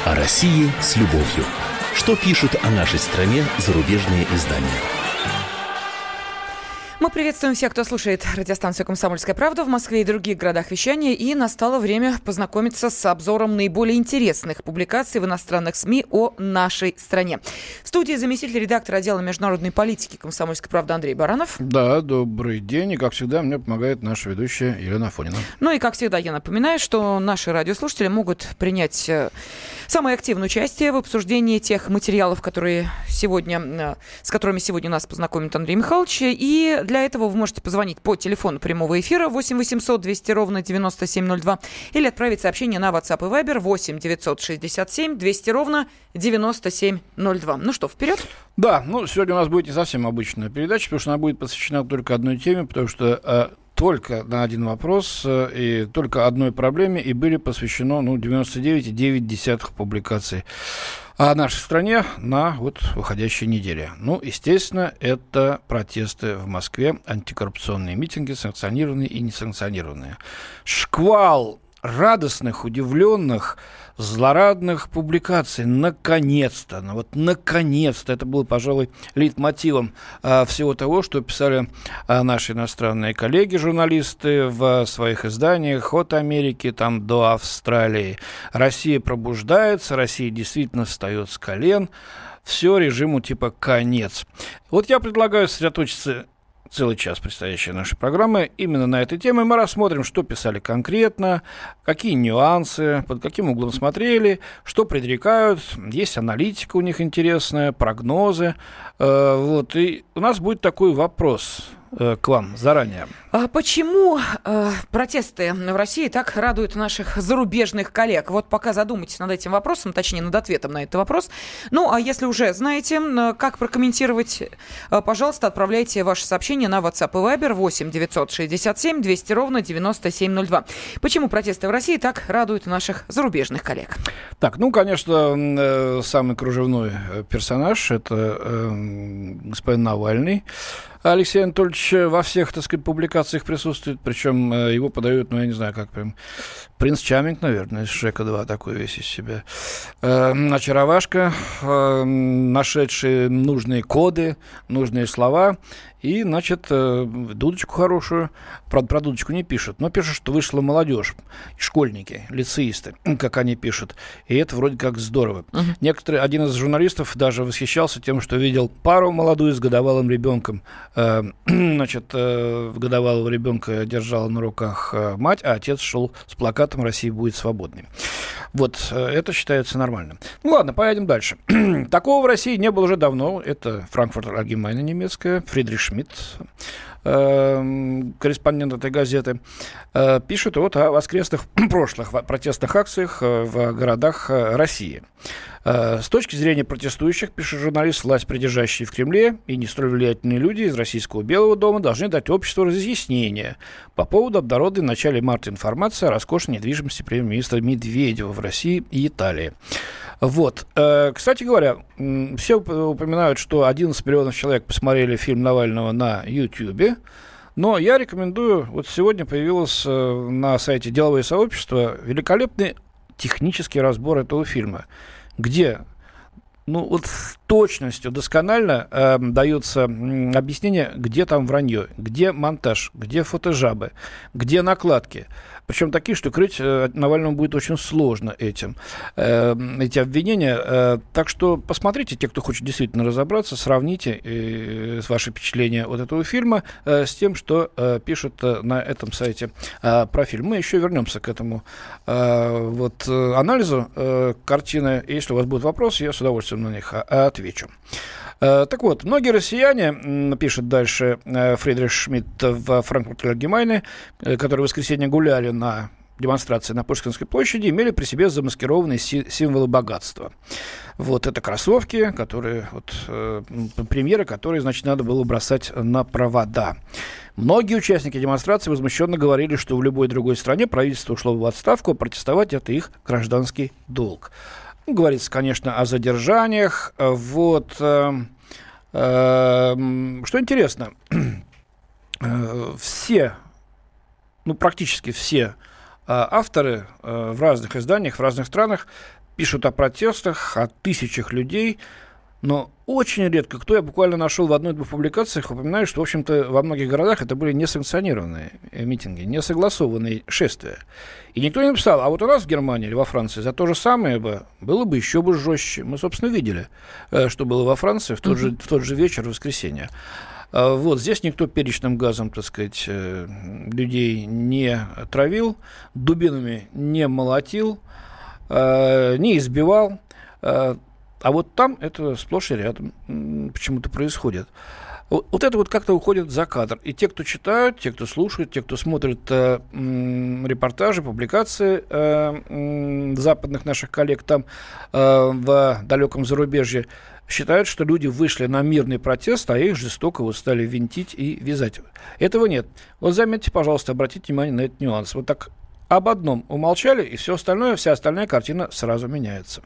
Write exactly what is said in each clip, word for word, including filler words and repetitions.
О России с любовью. Что пишут о нашей стране зарубежные издания? Мы приветствуем всех, кто слушает радиостанцию «Комсомольская правда» в Москве и других городах вещания. И настало время познакомиться с обзором наиболее интересных публикаций в иностранных СМИ о нашей стране. В студии заместитель редактора отдела международной политики «Комсомольской правды» Андрей Баранов. Да, добрый день. И, как всегда, мне помогает наша ведущая Елена Афонина. Ну и, как всегда, я напоминаю, что наши радиослушатели могут принять самое активное участие в обсуждении тех материалов, которые сегодня, с которыми сегодня нас познакомит Андрей Михайлович. И для этого вы можете позвонить по телефону прямого эфира восемь восемьсот двести ровно девяносто семь ноль два или отправить сообщение на WhatsApp и Viber восемь девятьсот шестьдесят семь двести ровно девяносто семь ноль два. Ну что, вперед? Да, ну сегодня у нас будет не совсем обычная передача, потому что она будет посвящена только одной теме, потому что э, только на один вопрос э, и только одной проблеме и были посвящено ну, девяносто девять целых девять десятых публикаций о нашей стране на вот выходящей неделе. Ну, естественно, это протесты в Москве, антикоррупционные митинги, санкционированные и несанкционированные. Шквал радостных, удивленных, злорадных публикаций. Наконец-то, ну вот наконец-то, это было, пожалуй, лейтмотивом а, всего того, что писали а, наши иностранные коллеги, журналисты в своих изданиях от Америки там, до Австралии. Россия пробуждается, Россия действительно встает с колен. Все, режиму типа конец. Вот я предлагаю сосредоточиться целый час предстоящей нашей программы именно на этой теме. Мы рассмотрим, что писали конкретно, какие нюансы, под каким углом смотрели, что предрекают. Есть аналитика у них интересная, прогнозы. Вот. И у нас будет такой вопрос к вам заранее. А почему э, протесты в России так радуют наших зарубежных коллег? Вот пока задумайтесь над этим вопросом, точнее, над ответом на этот вопрос. Ну, а если уже знаете, как прокомментировать, э, пожалуйста, отправляйте ваши сообщения на WhatsApp и Viber восемь девятьсот шестьдесят семь двести ровно девяносто семь ноль два. Почему протесты в России так радуют наших зарубежных коллег? Так, ну, конечно, э, самый кружевной персонаж – это э, господин Навальный. Алексей Анатольевич во всех, так сказать, публикациях присутствует, причем э, его подают, ну, я не знаю, как прям, принц Чаминг, наверное, из Шрека два, такой весь из себя. Э, очаровашка, э, нашедшие нужные коды, нужные слова, и, значит, э, дудочку хорошую, правда, про дудочку не пишут, но пишут, что вышла молодежь, школьники, лицеисты, как они пишут, и это вроде как здорово. Uh-huh. Некоторые, один из журналистов даже восхищался тем, что видел пару молодую с годовалым ребенком. Э, значит, э, годовалого ребенка держала на руках э, мать, а отец шел с плакатом «Россия будет свободной». Вот, э, это считается нормальным. Ну ладно, поедем дальше. Такого в России не было уже давно. Это Frankfurter Allgemeine немецкая, Фридрих Шмидт, э, корреспондент этой газеты, э, пишет вот о воскресных прошлых протестных акциях э, в городах э, России. Э, с точки зрения протестующих, пишет журналист, власть придержащие в Кремле и не столь влиятельные люди из российского Белого дома должны дать обществу разъяснения по поводу обнародованной в начале марта информации о роскошной недвижимости премьер-министра Медведева в России и Италии. Вот. Кстати говоря, все упоминают, что одиннадцать миллионов человек посмотрели фильм Навального на Ютьюбе, но я рекомендую, вот сегодня появилось на сайте «Деловое сообщество» великолепный технический разбор этого фильма, где ну, вот с точностью досконально э, дается м, объяснение, где там вранье, где монтаж, где фотожабы, где накладки. Причем такие, что крыть э, Навальному будет очень сложно этим, э, эти обвинения. Э, так что посмотрите, те, кто хочет действительно разобраться, сравните э, ваши впечатления от этого фильма э, с тем, что э, пишут э, на этом сайте э, про фильм. Мы еще вернемся к этому э, вот, э, анализу э, картины. И если у вас будут вопросы, я с удовольствием на них а, отвечу. Так вот, многие россияне, пишет дальше Фридрих Шмидт в Frankfurter Allgemeine, которые в воскресенье гуляли на демонстрации на Пушкинской площади, имели при себе замаскированные си- символы богатства. Вот это кроссовки, которые, вот, э, премьеры, которые, значит, надо было бросать на провода. Многие участники демонстрации возмущенно говорили, что в любой другой стране правительство ушло в отставку, а протестовать — это их гражданский долг. Говорится, конечно, о задержаниях. Вот, э, э, что интересно, э, все, ну, практически все э, авторы э, в разных изданиях, в разных странах пишут о протестах, о тысячах людей, но очень редко кто, я буквально нашел в одной-двух публикациях, упоминаю, что, в общем-то, во многих городах это были несанкционированные митинги, несогласованные шествия. И никто не написал, а вот у нас в Германии или во Франции за то же самое бы было бы еще бы жестче. Мы, собственно, видели, что было во Франции в тот же, в тот же вечер, в воскресенье. Вот здесь никто перечным газом, так сказать, людей не травил, дубинами не молотил, не избивал. А вот там это сплошь и рядом почему-то происходит. Вот, вот это вот как-то уходит за кадр. И те, кто читают, те, кто слушают, те, кто смотрит э, м, репортажи, публикации э, м, западных наших коллег там э, в далеком зарубежье, считают, что люди вышли на мирный протест, а их жестоко вот стали винтить и вязать. Этого нет. Вот заметьте, пожалуйста, обратите внимание на этот нюанс. Вот так об одном умолчали, и все остальное, вся остальная картина сразу меняется.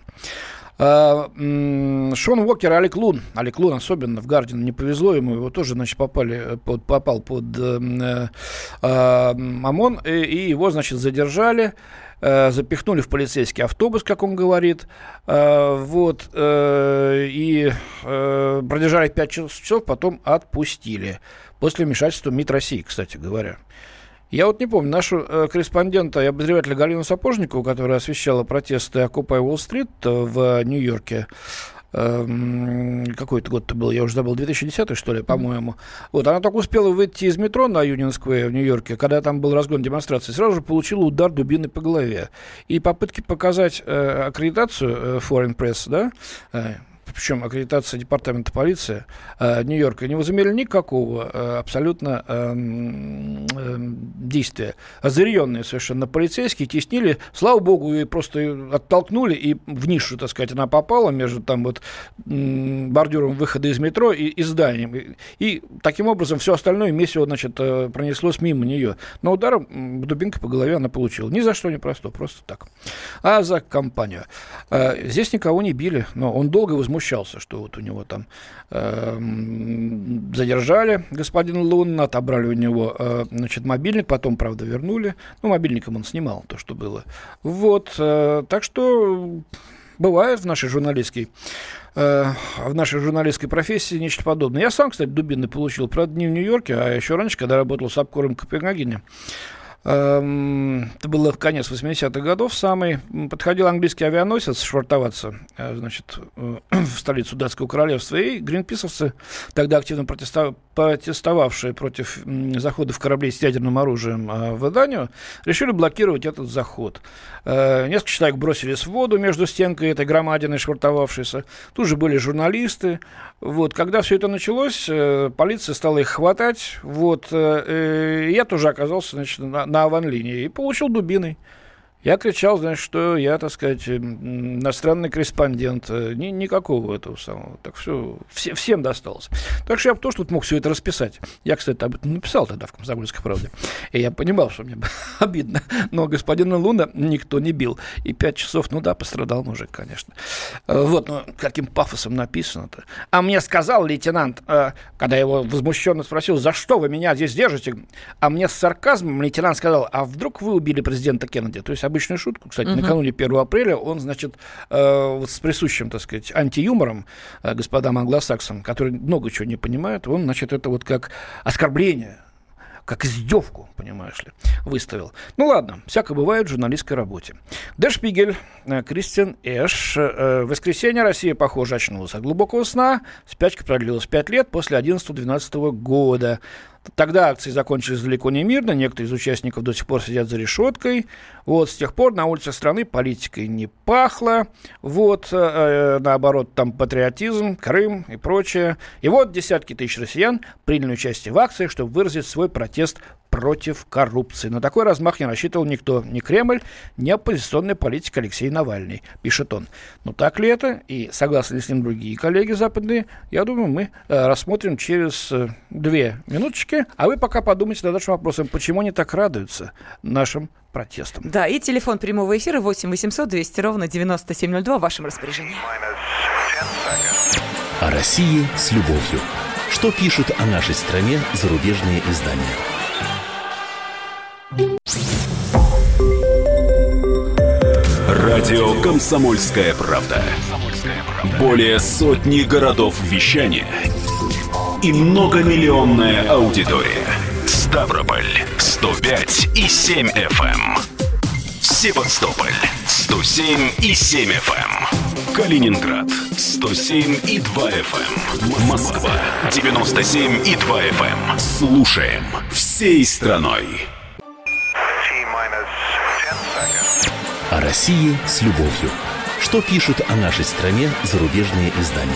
Шон Уокер и Алек Лун. Алек Лун особенно в Гардиан не повезло ему, его тоже, значит, попали, под, попал под э, э, ОМОН, и, и его, значит, задержали, э, запихнули в полицейский автобус, как он говорит, э, вот, э, и э, продержали пять часов, потом отпустили. После вмешательства МИД России, кстати говоря. Я вот не помню, нашу э, корреспондента и обозревателя Галину Сапожникову, которая освещала протесты Occupy Wall-Street в Нью-Йорке, э, какой-то год это был, я уже забыл, две тысячи десятый, что ли, по-моему. Вот, она только успела выйти из метро на Юнион-сквер в Нью-Йорке, когда там был разгон демонстрации, сразу же получила удар дубиной по голове. И попытки показать э, аккредитацию э, Foreign Press, да, э, причем аккредитация департамента полиции э, Нью-Йорка, не возымели никакого э, абсолютно э, э, действия. Озаренные совершенно полицейские теснили, слава богу, ее просто оттолкнули, и в нишу, так сказать, она попала между там вот э, бордюром выхода из метро и, и зданием. И, и таким образом все остальное месиво, значит, э, пронеслось мимо нее. Но ударом э, дубинкой по голове она получила. Ни за что не просто, просто так. А за компанию. Э, здесь никого не били, но он долго возмущался, что вот у него там э, задержали господина Луна, отобрали у него э, значит, мобильник, потом, правда, вернули. Ну, мобильником он снимал то, что было. Вот, э, так что бывает в нашей журналистской э, в нашей журналистской профессии нечто подобное. Я сам, кстати, дубины получил, правда, не в Нью-Йорке, а еще раньше, когда работал с Апкором в Копенгагене. Это было конец восьмидесятых годов самый. Подходил английский авианосец швартоваться, значит, в столицу датского королевства, и гринписовцы, тогда активно протестов... протестовавшие против заходов кораблей с ядерным оружием в Данию, решили блокировать этот заход. Несколько человек бросились в воду между стенкой этой громадины швартовавшейся. Тут же были журналисты. Вот. Когда все это началось, полиция стала их хватать. Вот. Я тоже оказался, значит, на на аванлинии и получил дубиной. Я кричал, значит, что я, так сказать, иностранный корреспондент. Ни, никакого этого самого. Так все, все, всем досталось. Так что я тоже тут мог все это расписать. Я, кстати, об этом написал тогда в «Комсомольской правде». И я понимал, что мне обидно. Но господина Луна никто не бил. И пять часов, ну да, пострадал мужик, конечно. Вот, ну, каким пафосом написано-то. А мне сказал лейтенант, когда я его возмущенно спросил, за что вы меня здесь держите? А мне с сарказмом лейтенант сказал, а вдруг вы убили президента Кеннеди? То есть обычную шутку, кстати, uh-huh. накануне первого апреля он, значит, э, вот с присущим, так сказать, антиюмором э, господам англосаксам, которые много чего не понимают, он, значит, это вот как оскорбление, как издевку, понимаешь ли, выставил. Ну ладно, всякое бывает в журналистской работе. Der Spiegel, Кристиан Эш. В воскресенье Россия, похоже, очнулась от глубокого сна. Спячка продлилась пять лет после одиннадцатого-двенадцатого года. Тогда акции закончились далеко не мирно, некоторые из участников до сих пор сидят за решеткой. Вот, с тех пор на улицах страны политикой не пахло. Вот, э, наоборот, там патриотизм, Крым и прочее. И вот десятки тысяч россиян приняли участие в акциях, чтобы выразить свой протест против коррупции. На такой размах не рассчитывал никто, ни Кремль, ни оппозиционный политик Алексей Навальный, пишет он. Но так ли это? И согласны ли с ним другие коллеги западные? Я думаю, мы э, рассмотрим через э, две минуточки. А вы пока подумайте над нашим вопросом, почему они так радуются нашим протестам. Да, и телефон прямого эфира восемь восемьсот двести ровно девяносто семь ноль два в вашем распоряжении. О России с любовью. Что пишут о нашей стране зарубежные издания? Радио «Комсомольская правда». Более сотни городов вещания и многомиллионная аудитория. Ставрополь сто пять и семь эф эм. Севастополь сто семь и семь эф эм. Калининград сто семь и два эф эм. Москва девяносто семь и два эф эм. Слушаем всей страной. О России с любовью. Что пишут о нашей стране зарубежные издания?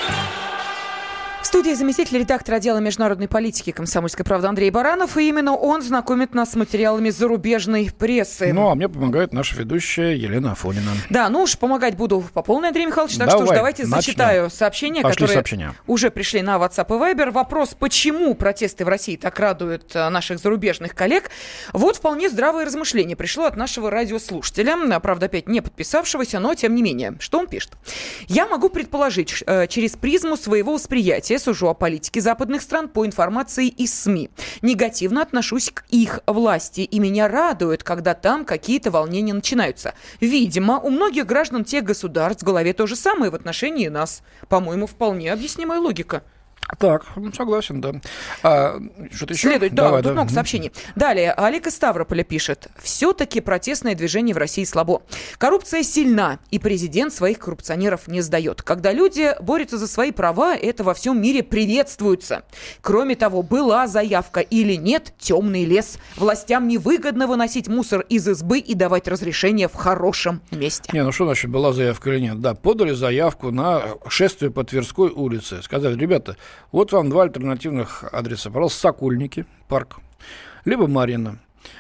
В студии заместитель редактора отдела международной политики «Комсомольской правды» Андрей Баранов, и именно он знакомит нас с материалами зарубежной прессы. Ну, а мне помогает наша ведущая Елена Афонина. Да, ну уж помогать буду по полной, Андрей Михайлович, так Давай, что уж давайте начнем. зачитаю сообщения, Пошли которые сообщения. уже пришли на WhatsApp и Viber. Вопрос, почему протесты в России так радуют наших зарубежных коллег? Вот вполне здравое размышление пришло от нашего радиослушателя, правда, опять не подписавшегося, но тем не менее. Что он пишет? «Я могу предположить, через призму своего восприятия сужу о политике западных стран по информации из СМИ. Негативно отношусь к их власти, и меня радует, когда там какие-то волнения начинаются. Видимо, у многих граждан тех государств в голове то же самое в отношении нас. По-моему, вполне объяснимая логика». Так, согласен, да. А, что-то еще? Следует, да, Давай, тут да. много сообщений. Далее, Олег из Ставрополя пишет. Все-таки протестное движение в России слабо. Коррупция сильна, и президент своих коррупционеров не сдает. Когда люди борются за свои права, это во всем мире приветствуется. Кроме того, была заявка или нет, темный лес. Властям невыгодно выносить мусор из избы и давать разрешение в хорошем месте. Не, ну что значит, была заявка или нет? Да, подали заявку на шествие по Тверской улице. Сказали, ребята, вот вам два альтернативных адреса. Пожалуйста, Сокольники, парк, либо Марина.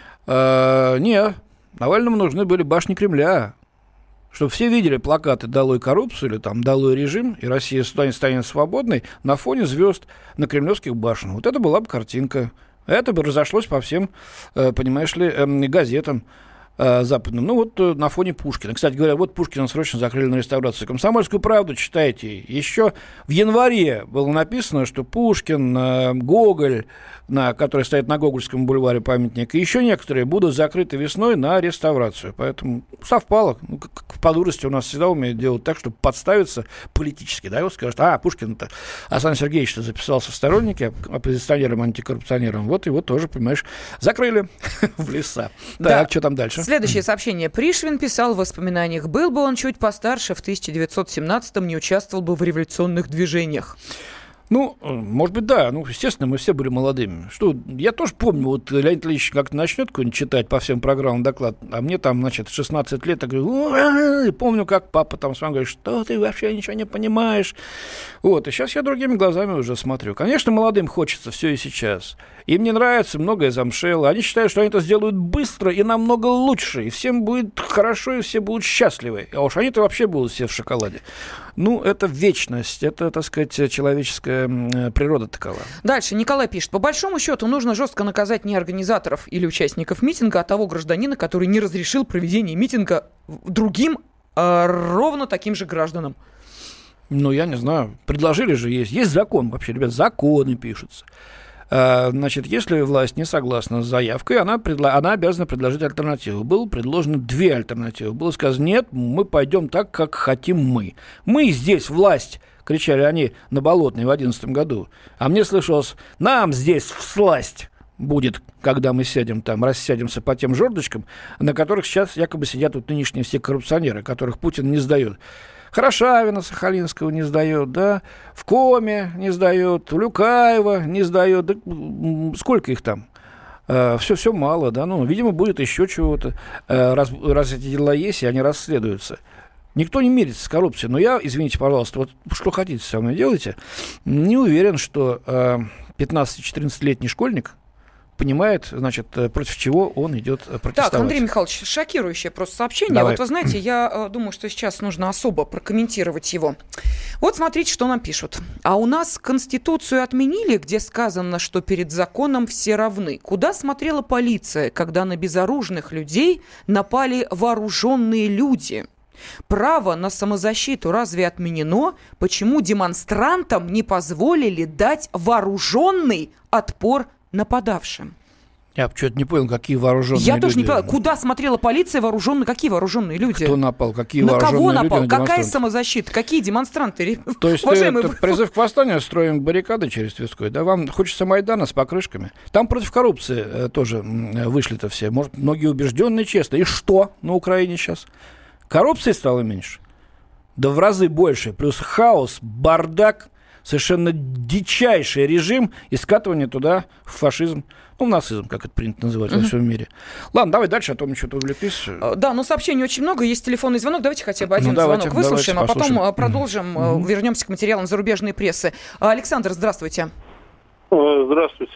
А, не, Навальному нужны были башни Кремля, чтобы все видели плакаты «Долой коррупцию» или там «Долой режим», и Россия станет, станет свободной на фоне звезд на кремлевских башнях. Вот это была бы картинка. Это бы разошлось по всем, понимаешь ли, газетам западным. Ну, вот на фоне Пушкина. Кстати говоря, вот Пушкина срочно закрыли на реставрацию. «Комсомольскую правду» читайте. Еще в январе было написано, что Пушкин, Гоголь, на, который стоит на Гогольском бульваре памятник, и еще некоторые будут закрыты весной на реставрацию. Поэтому совпало. Ну, как по дурости у нас всегда умеют делать так, чтобы подставиться политически. Да, и вот скажут, а, Пушкин-то, Александр Сергеевич-то записался в сторонники, оппозиционерам, антикоррупционерам. Вот его тоже, понимаешь, закрыли в леса. Да. Так, что там дальше? Следующее сообщение. Пришвин писал в воспоминаниях. Был бы он чуть постарше, в тысяча девятьсот семнадцатом не участвовал бы в революционных движениях. Ну, может быть, да. Ну, естественно, мы все были молодыми. Что, я тоже помню, вот Леонид Ильич как-то начнет какой-нибудь читать по всем программам доклад, а мне там, значит, шестнадцать лет, я говорю, и помню, как папа там с вами говорит, что ты вообще ничего не понимаешь. Вот, и сейчас я другими глазами уже смотрю. Конечно, молодым хочется все и сейчас. Им не нравится многое замшело. Они считают, что они это сделают быстро и намного лучше, и всем будет хорошо, и все будут счастливы. А уж они-то вообще будут все в шоколаде. Ну, это вечность, это, так сказать, человеческая природа такова. Дальше Николай пишет. По большому счету нужно жестко наказать не организаторов или участников митинга, а того гражданина, который не разрешил проведение митинга другим, а ровно таким же гражданам. Ну, я не знаю. Предложили же есть. Есть закон вообще, ребят, законы пишутся. Значит, если власть не согласна с заявкой, она, предла... она обязана предложить альтернативу. Было предложено две альтернативы. Было сказано, нет, мы пойдем так, как хотим мы. Мы здесь, власть, кричали они на Болотной в две тысячи одиннадцатом году. А мне слышалось, нам здесь всласть будет, когда мы сядем там, рассядемся по тем жердочкам, на которых сейчас якобы сидят вот нынешние все коррупционеры, которых Путин не сдает. Хорошавина Сахалинского не сдает, да, в Коме не сдает, Улюкаева не сдает, да, сколько их там? Э, все, все мало, да, ну, видимо, будет еще чего-то, э, раз, раз эти дела есть, и они расследуются. Никто не мирится с коррупцией, но я, извините, пожалуйста, вот что хотите со мной делайте, не уверен, что э, пятнадцати-четырнадцатилетний школьник понимает, значит, против чего он идет протестовать. Так, Андрей Михайлович, шокирующее просто сообщение. Давай. Вот вы знаете, я э, думаю, что сейчас нужно особо прокомментировать его. Вот смотрите, что нам пишут. А у нас Конституцию отменили, где сказано, что перед законом все равны. Куда смотрела полиция, когда на безоружных людей напали вооруженные люди? Право на самозащиту разве отменено? Почему демонстрантам не позволили дать вооруженный отпор нападавшим? Я что-то не понял, какие вооруженные Я люди. тоже не поняла, куда смотрела полиция, вооруженные, какие вооруженные люди? Кто напал, какие на вооруженные кого люди напал? на Какая самозащита? Какие демонстранты? То есть Уважаемые... это призыв к восстанию, строим баррикады через Тверской, да? Вам хочется Майдана с покрышками? Там против коррупции э, тоже э, вышли-то все. Может, многие убежденные, честно. И что на Украине сейчас? Коррупции стало меньше? Да в разы больше. Плюс хаос, бардак, совершенно дичайший режим и скатывание туда в фашизм. Ну, нацизм, как это принято называть uh-huh. во всем мире. Ладно, давай дальше, а то мы что-то увлеклись. Да, но сообщений очень много, есть телефонный звонок. Давайте хотя бы один ну, давайте, звонок выслушаем, давайте а потом послушаем. продолжим, uh-huh. вернемся к материалам зарубежной прессы. Александр, здравствуйте. Здравствуйте.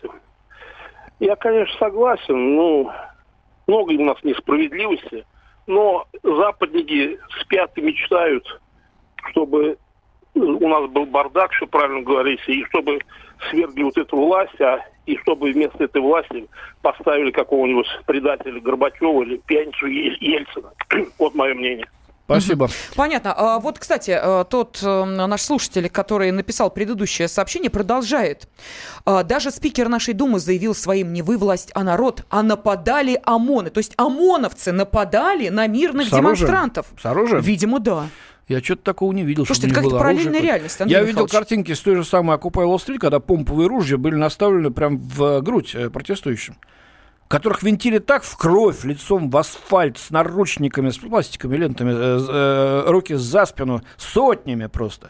Я, конечно, согласен, ну, много у нас несправедливости, но западники спят и мечтают, чтобы у нас был бардак, что правильно говорите, и чтобы свергли вот эту власть, а и чтобы вместо этой власти поставили какого-нибудь предателя Горбачева или пьяницу Ельцина. Вот мое мнение. Спасибо. Понятно. А вот, кстати, тот наш слушатель, который написал предыдущее сообщение, продолжает. Даже спикер нашей Думы заявил своим: не вы власть, а народ, а нападали ОМОНы. То есть ОМОНовцы нападали на мирных С оружием? демонстрантов. С оружием? Видимо, да. Я что-то такого не видел. Слушайте, это какая-то параллельная реальность, Андрей Я Михайлович. видел картинки с той же самой Occupy Wall Street, когда помповые ружья были наставлены прямо в грудь протестующим, которых винтили так в кровь, лицом в асфальт, с наручниками, с пластиковыми лентами, э, э, руки за спину, сотнями просто.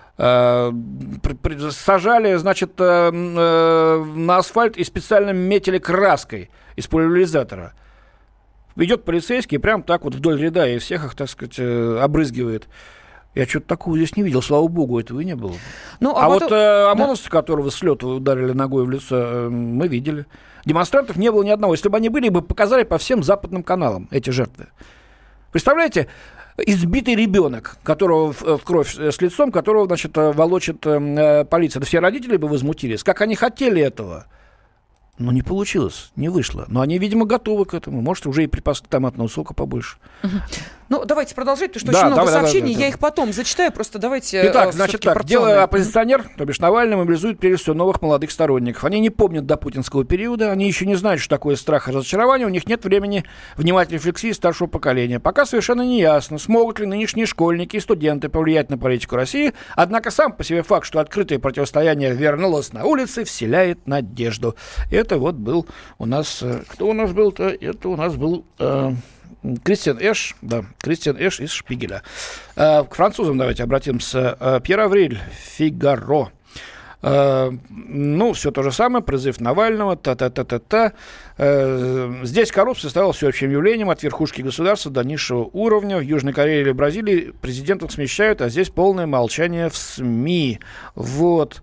Э, при, при, сажали, значит, э, э, на асфальт и специально метили краской из пульверизатора. Идет полицейский, прям так вот вдоль ряда, и всех их, так сказать, обрызгивает. Я что-то такого здесь не видел, слава богу, этого и не было. Ну, а а потом... вот э, ОМОНовцы, да. которого с лета ударили ногой в лицо, э, мы видели. Демонстрантов не было ни одного. Если бы они были, бы показали по всем западным каналам эти жертвы. Представляете, избитый ребенок, которого в, в кровь с лицом, которого, значит, волочит э, полиция. Да все родители бы возмутились. Как они хотели этого. Но не получилось, не вышло. Но они, видимо, готовы к этому. Может, уже и припас томатного сока побольше. Угу. Ну, давайте продолжать, потому что да, очень много давай, сообщений. давай, давай, Я их потом зачитаю, просто давайте... Итак, значит так, дело оппозиционер, то бишь Навальный, мобилизует прежде всего новых молодых сторонников. Они не помнят до путинского периода, они еще не знают, что такое страх и разочарование, у них нет времени внимательной рефлексии старшего поколения. Пока совершенно не ясно, смогут ли нынешние школьники и студенты повлиять на политику России, однако сам по себе факт, что открытое противостояние вернулось на улицы, вселяет надежду. Это вот был у нас... Кто у нас был-то? Это у нас был... Э, Кристиан Эш, да, Кристиан Эш из Шпигеля. Э, к французам давайте обратимся. Э, Пьер Авриль, Фигаро. Э, ну, все то же самое, призыв Навального, та-та-та-та-та. Э, здесь коррупция стала всеобщим явлением от верхушки государства до низшего уровня. В Южной Корее или Бразилии президентов смещают, а здесь полное молчание в СМИ. Вот.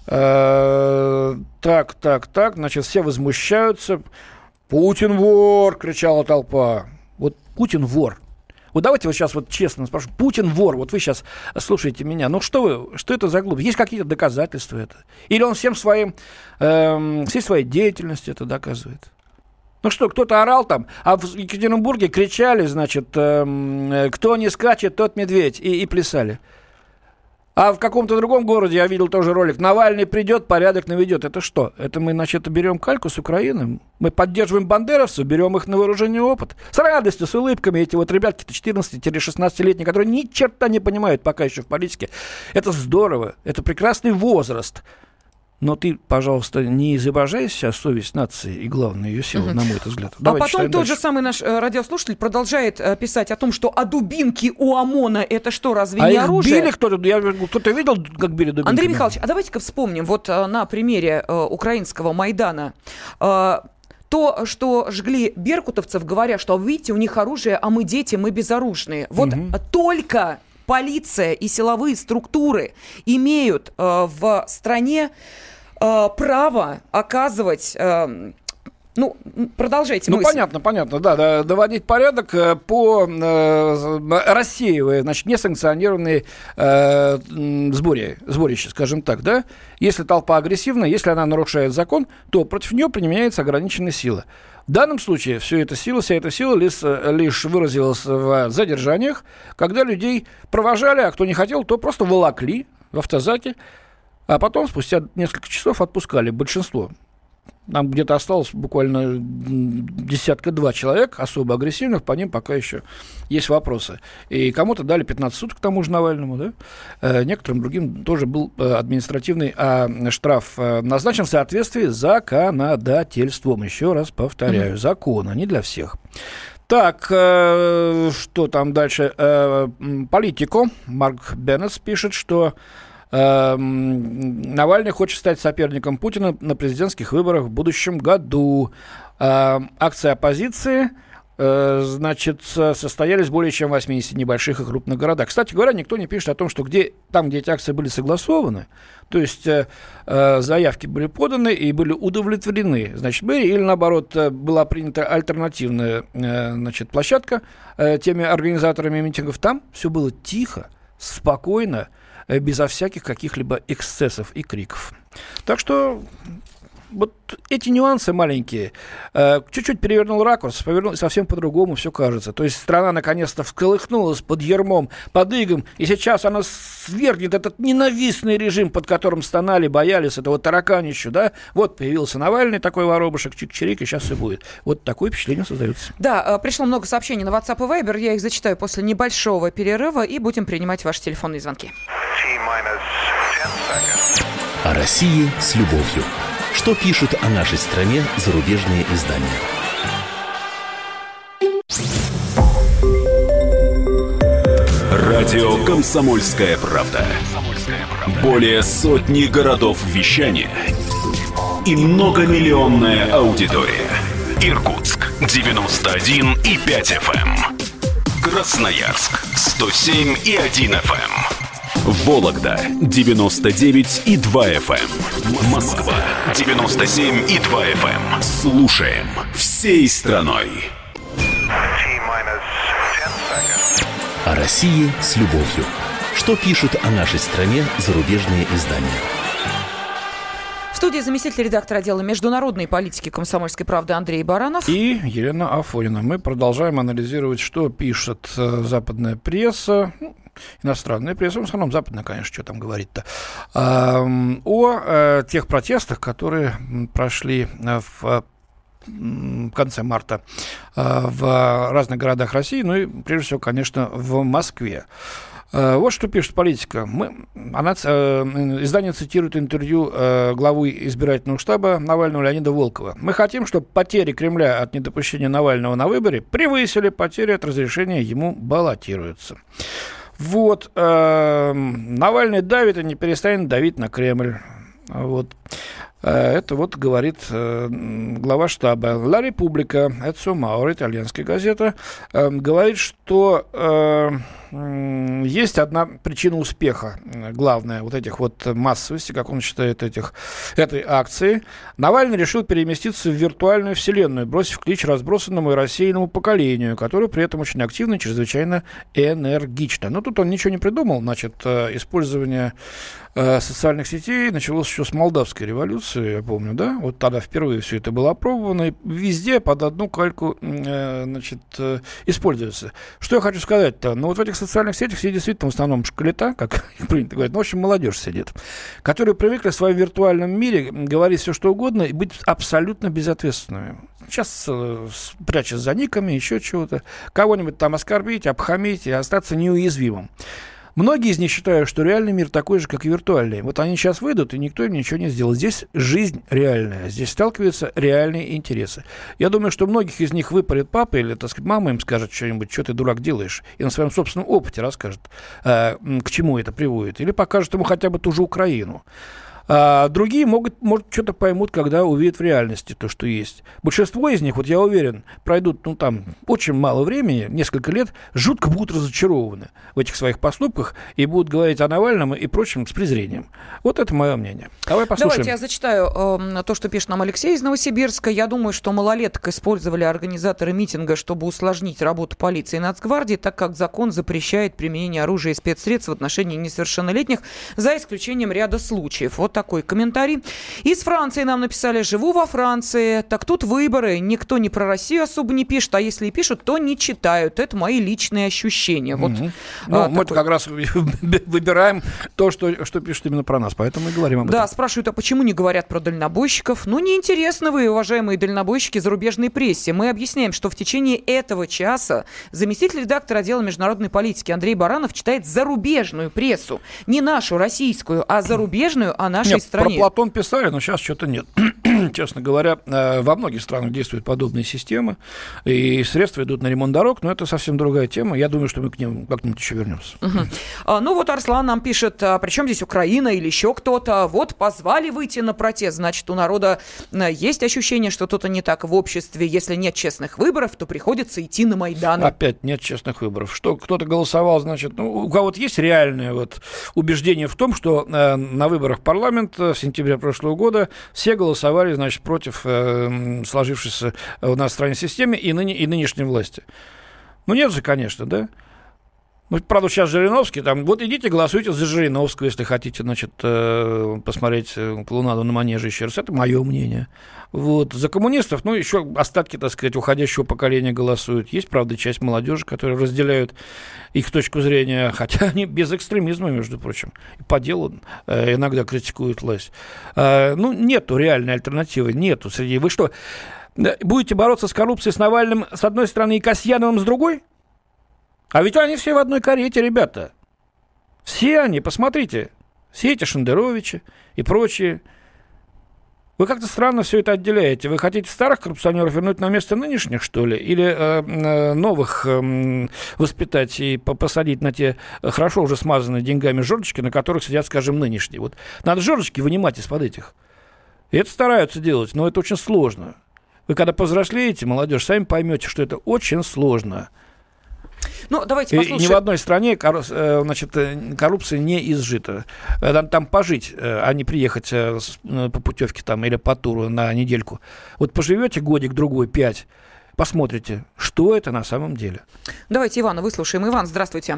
Э, так, так, так, значит, все возмущаются. «Путин вор!» — кричала толпа. Вот Путин вор. Вот давайте вот сейчас вот честно спрошу. Путин вор. Вот вы сейчас слушаете меня. Ну что вы, что это за глупость? Есть какие-то доказательства это? Или он всем своим, эм, всей своей деятельностью это доказывает? Ну что, кто-то орал там, а в Екатеринбурге кричали, значит, эм, кто не скачет, тот медведь, и, и плясали. А в каком-то другом городе я видел тоже ролик. Навальный придет, порядок наведет. Это что? Это мы, значит, берем кальку с Украины? Мы поддерживаем бандеровцев, берем их на вооружение опыт. С радостью, с улыбками эти вот ребятки-то четырнадцати-шестнадцатилетние, которые ни черта не понимают пока еще в политике. Это здорово. Это прекрасный возраст. Но ты, пожалуйста, не изображай сейчас совесть нации и, главное, ее силу, угу. на мой взгляд. Давай, а потом тот дальше. Же самый наш э, радиослушатель продолжает э, писать о том, что а дубинки у ОМОНа это что, разве а не их оружие? Били кто-то? Я, кто-то видел, как били дубинками? Андрей Михайлович, а давайте-ка вспомним вот э, на примере э, украинского Майдана. Э, То, что жгли беркутовцев, говоря, что, видите, у них оружие, а мы дети, мы безоружные. Вот угу. только полиция и силовые структуры имеют э, в стране право оказывать... Ну, продолжайте Ну, мысль. понятно, понятно, да, да, доводить порядок по э, рассеивая, значит, несанкционированные э, сбори, сборища, скажем так, да. Если толпа агрессивна, если она нарушает закон, то против нее применяется ограниченная сила. В данном случае все эта сила, вся эта сила лишь, лишь выразилась в задержаниях, когда людей провожали, а кто не хотел, то просто волокли в автозаке, а потом, спустя несколько часов, отпускали большинство. Нам где-то осталось буквально десятка-два человек особо агрессивных, по ним пока еще есть вопросы. И кому-то дали пятнадцать суток тому же Навальному, да? Э, некоторым другим тоже был э, административный а, штраф э, назначен в соответствии с законодательством. Еще раз повторяю, mm-hmm. закон, а не для всех. Так, э, что там дальше? Э, Политико. Марк Беннес пишет, что Навальный хочет стать соперником Путина на президентских выборах в будущем году. Акции оппозиции, значит, состоялись более чем в восьмидесяти небольших и крупных городах. Кстати говоря, никто не пишет о том, что где, там, где эти акции были согласованы, то есть заявки были поданы и были удовлетворены, значит, мэрии, или наоборот, была принята альтернативная, значит, площадка теми организаторами митингов, там все было тихо, спокойно, безо всяких каких-либо эксцессов и криков. Так что вот эти нюансы маленькие. Чуть-чуть перевернул ракурс, повернул, совсем по-другому все кажется. То есть страна наконец-то всколыхнулась под ярмом, под игом, и сейчас она свергнет этот ненавистный режим, под которым стонали, боялись этого тараканищу, да? Вот появился Навальный, такой воробушек, чик-чирик, и сейчас все будет. Вот такое впечатление создается. Да, пришло много сообщений на WhatsApp и Viber, я их зачитаю после небольшого перерыва, и будем принимать ваши телефонные звонки. О России с любовью. Что пишут о нашей стране зарубежные издания? Радио «Комсомольская правда». Более сотни городов вещания и многомиллионная аудитория. Иркутск девяносто один и пять эф эм, Красноярск сто семь и один эф эм, Вологда девяносто девять и два эф эм, Москва девяносто семь и два эф эм. Слушаем всей страной. О России с любовью. Что пишут о нашей стране зарубежные издания? В студии заместитель редактора отдела международной политики «Комсомольской правды» Андрей Баранов. И Елена Афонина. Мы продолжаем анализировать, что пишет э, западная пресса, ну, иностранная пресса, в основном западная, конечно, что там говорит-то, э, о э, тех протестах, которые прошли в в конце марта в разных городах России, ну и, прежде всего, конечно, в Москве. Вот что пишет «Политика». Мы, она, издание цитирует интервью главы избирательного штаба Навального Леонида Волкова. «Мы хотим, чтобы потери Кремля от недопущения Навального на выборе превысили потери от разрешения ему баллотироваться». Вот. Навальный давит и не перестанет давить на Кремль. Вот. Это вот говорит э, глава штаба. «Ла Република», Эцио Мауро, итальянская газета, э, говорит, что э, э, есть одна причина успеха, главная, вот этих вот массовости, как он считает, этих, этой акции. Навальный решил переместиться в виртуальную вселенную, бросив клич разбросанному и рассеянному поколению, которое при этом очень активно и чрезвычайно энергично. Но тут он ничего не придумал, значит, э, использование э, социальных сетей началось еще с Молдавской революции, я помню, да, вот тогда впервые все это было опробовано, и везде под одну кальку, э, значит, э, используется. Что я хочу сказать-то? Ну, вот в этих социальных сетях все действительно в основном школета, как принято говорить, ну, в общем, молодежь сидит, которые привыкли в своем виртуальном мире говорить все, что угодно, и быть абсолютно безответственными. Сейчас э, прячась за никами, еще чего-то, кого-нибудь там оскорбить, обхамить и остаться неуязвимым. Многие из них считают, что реальный мир такой же, как и виртуальный. Вот они сейчас выйдут, и никто им ничего не сделает. Здесь жизнь реальная. Здесь сталкиваются реальные интересы. Я думаю, что многих из них выпарит папа или, так сказать, мама им скажет что-нибудь, что ты, дурак, делаешь. И на своем собственном опыте расскажет, э, к чему это приводит. Или покажет ему хотя бы ту же Украину. А другие могут, может, что-то поймут, когда увидят в реальности то, что есть. Большинство из них, вот я уверен, пройдут, ну, там, очень мало времени, несколько лет, жутко будут разочарованы в этих своих поступках и будут говорить о Навальном и прочем с презрением. Вот это мое мнение. Давай послушаем. Давайте я зачитаю э, то, что пишет нам Алексей из Новосибирска. Я думаю, что малолеток использовали организаторы митинга, чтобы усложнить работу полиции и Нацгвардии, так как закон запрещает применение оружия и спецсредств в отношении несовершеннолетних, за исключением ряда случаев. Вот Вот такой комментарий. Из Франции нам написали: живу во Франции, так тут выборы, никто не про Россию особо не пишет, а если и пишут, то не читают. Это мои личные ощущения. Вот, mm-hmm. а, ну, мы такой... как раз выбираем то, что, что пишут именно про нас, поэтому и говорим об этом. Да, спрашивают, а почему не говорят про дальнобойщиков? Ну, неинтересно вы, уважаемые дальнобойщики зарубежной прессе. Мы объясняем, что в течение этого часа заместитель редактора отдела международной политики Андрей Баранов читает зарубежную прессу. Не нашу, российскую, а зарубежную о нашей нет, стране. Про Платон писали, но сейчас что-то нет. Честно говоря, во многих странах действуют подобные системы, и средства идут на ремонт дорог, но это совсем другая тема. Я думаю, что мы к ним как-нибудь еще вернемся. Угу. А, ну вот Арслан нам пишет, а при чем здесь Украина или еще кто-то? Вот позвали выйти на протест, значит, у народа есть ощущение, что что-то не так в обществе. Если нет честных выборов, то приходится идти на Майдан. Опять нет честных выборов. Что кто-то голосовал, значит, ну, у кого-то есть реальное вот убеждение в том, что э, на выборах в парламент в сентябре прошлого года все голосовали, значит, против э, сложившейся у нас в стране системы и, ныне, и нынешней власти. Ну, нет же, конечно, да? Ну, правда, сейчас Жириновский, там, вот идите, голосуйте за Жириновского, если хотите, значит, э, посмотреть клоунаду на манеже еще раз. Это мое мнение. Вот. За коммунистов, ну, еще остатки, так сказать, уходящего поколения голосуют. Есть, правда, часть молодежи, которые разделяют их точку зрения, хотя они без экстремизма, между прочим, и по делу э, иногда критикуют власть. Э, ну, нету реальной альтернативы, нету среди... Вы что, будете бороться с коррупцией с Навальным с одной стороны и Касьяновым с другой? А ведь они все в одной карете, ребята. Все они, посмотрите. Все эти Шендеровичи и прочие. Вы как-то странно все это отделяете. Вы хотите старых коррупционеров вернуть на место нынешних, что ли? Или э, э, новых э, воспитать и посадить на те хорошо уже смазанные деньгами жердочки, на которых сидят, скажем, нынешние? Вот надо жердочки вынимать из-под этих. И это стараются делать, но это очень сложно. Вы когда повзрослеете, молодежь, сами поймете, что это очень сложно. Ну, давайте послушаем. И ни в одной стране значит, коррупция не изжита. Там, там пожить, а не приехать по путевке там, или по туру на недельку. Вот поживете годик-другой, пять, посмотрите, что это на самом деле. Давайте Ивана выслушаем. Иван, здравствуйте.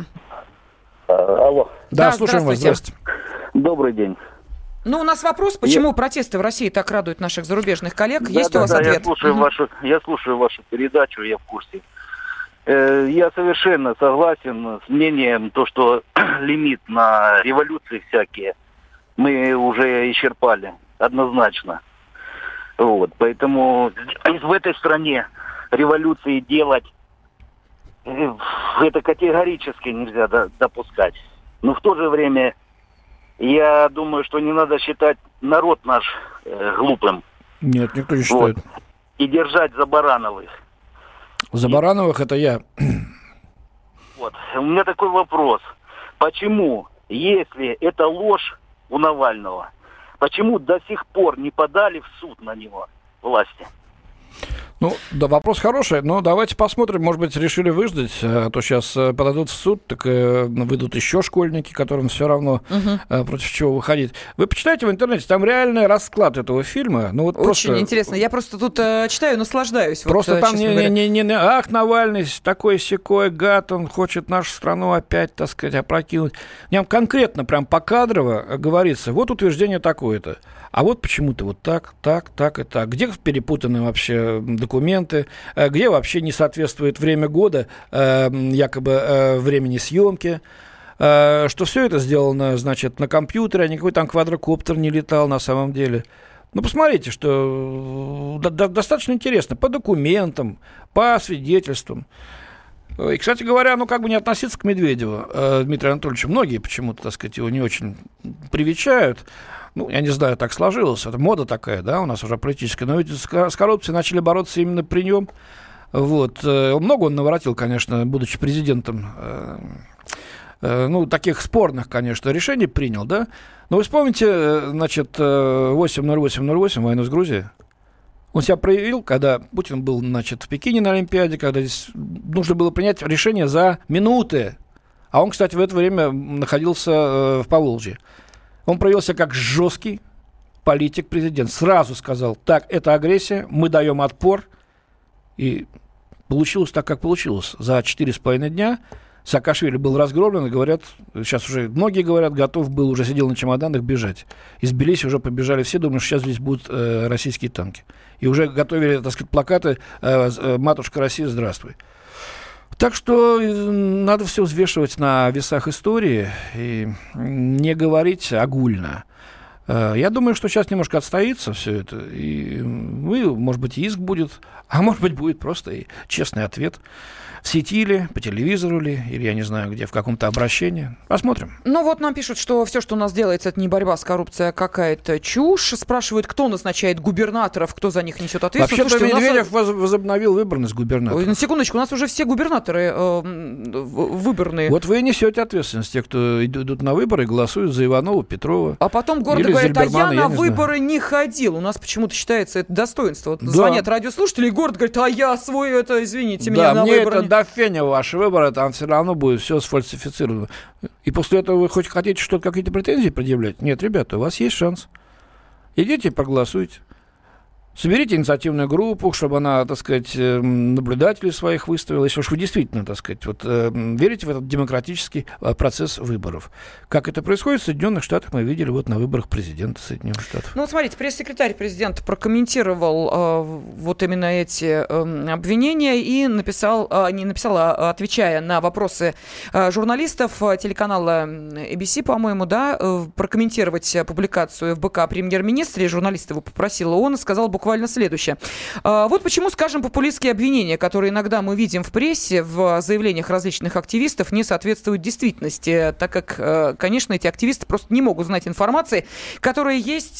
Алло. Да, да слушаем вас. Здравствуйте. Добрый день. Ну, у нас вопрос, почему я... протесты в России так радуют наших зарубежных коллег? Да, Есть да, у вас да, ответ? Я слушаю, угу. вашу, я слушаю вашу передачу, я в курсе. Э, я совершенно согласен с мнением, то, что лимит на революции всякие мы уже исчерпали, однозначно. Вот, поэтому в этой стране революции делать это категорически нельзя допускать. Но в то же время я думаю, что не надо считать народ наш э, глупым. Нет, никто не считает. Вот. И держать за Барановых. За Барановых это я. Вот. У меня такой вопрос. Почему, если это ложь у Навального, почему до сих пор не подали в суд на него власти? Ну, да, вопрос хороший, но давайте посмотрим, может быть, решили выждать, а то сейчас подадут в суд, так э, выйдут еще школьники, которым все равно uh-huh. э, против чего выходить. Вы почитайте в интернете, там реальный расклад этого фильма. Ну, вот очень просто... интересно, я просто тут э, читаю, наслаждаюсь. Просто вот, там не, не, не, не, не, ах, Навальный такой секой гад, он хочет нашу страну опять, так сказать, опрокинуть. Прям конкретно, прям покадрово говорится, вот утверждение такое-то. А вот почему-то вот так, так, так и так. Где перепутаны вообще документы? Где вообще не соответствует время года, якобы времени съемки? Что все это сделано, значит, на компьютере, а никакой там квадрокоптер не летал на самом деле. Ну, посмотрите, что достаточно интересно. По документам, по свидетельствам. И, кстати говоря, ну, как бы не относиться к Медведеву, э, Дмитрию Анатольевичу, многие почему-то, так сказать, его не очень привечают. Ну, я не знаю, так сложилось. Это мода такая, да, у нас уже политическая. Но ведь с, с коррупцией начали бороться именно при нем. Вот. Э, много он наворотил, конечно, будучи президентом. Э, э, ну, таких спорных, конечно, решений принял, да. Но вы вспомните, значит, восемь ноль восемь ноль восемь, войну с Грузией. Он себя проявил, когда Путин был, значит, в Пекине на Олимпиаде, когда здесь нужно было принять решение за минуты. А он, кстати, в это время находился э, в Поволжье. Он проявил себя как жесткий политик-президент. Сразу сказал, так, это агрессия, мы даем отпор. И получилось так, как получилось. За четыре с половиной дня Саакашвили был разгромлен, и говорят, сейчас уже многие говорят, готов был, уже сидел на чемоданах бежать. Из Тбилиси уже побежали все, думают, что сейчас здесь будут э, российские танки. И уже готовили, так сказать, плакаты э, «Матушка Россия, здравствуй». Так что надо все взвешивать на весах истории и не говорить огульно. Я думаю, что сейчас немножко отстоится все это, и, может быть, иск будет, а может быть, будет просто и честный ответ. В сети ли, по телевизору ли, или я не знаю где, в каком-то обращении. Посмотрим. Ну вот нам пишут, что все, что у нас делается, это не борьба с коррупцией, а какая-то чушь. Спрашивают, кто назначает губернаторов, кто за них несет ответственность. Вообще-то Слушайте, Медведев нас... возобновил выборность губернаторов. Ой, на секундочку, у нас уже все губернаторы э, выборные. Вот вы несете ответственность, те, кто идут на выборы и голосуют за Иванова, Петрова. А потом гордо говорят, а я на я выборы не ходил. У нас почему-то считается это достоинство. Вот да. Звонят радиослушатели и гордо говорят, а я свой, это, извините, меня да, на мне выборы... Это... до феня ваши выборы, там все равно будет все сфальсифицировано. И после этого вы хоть хотите что-то, какие-то претензии предъявлять? Нет, ребята, у вас есть шанс. Идите проголосуйте. Соберите инициативную группу, чтобы она, так сказать, наблюдателей своих выставила, если уж вы действительно, так сказать, вот, верите в этот демократический процесс выборов. Как это происходит в Соединенных Штатах, мы видели вот на выборах президента Соединенных Штатов. Ну, вот смотрите, пресс-секретарь президента прокомментировал э, вот именно эти э, обвинения и написал, э, не написал, а отвечая на вопросы э, журналистов телеканала эй би си, по-моему, да, э, прокомментировать публикацию эф бэ ка о премьер-министре. Журналист его попросил, он сказал буквально буквально следующее. Вот почему, скажем, популистские обвинения, которые иногда мы видим в прессе, в заявлениях различных активистов, не соответствуют действительности, так как, конечно, эти активисты просто не могут знать информации, которая есть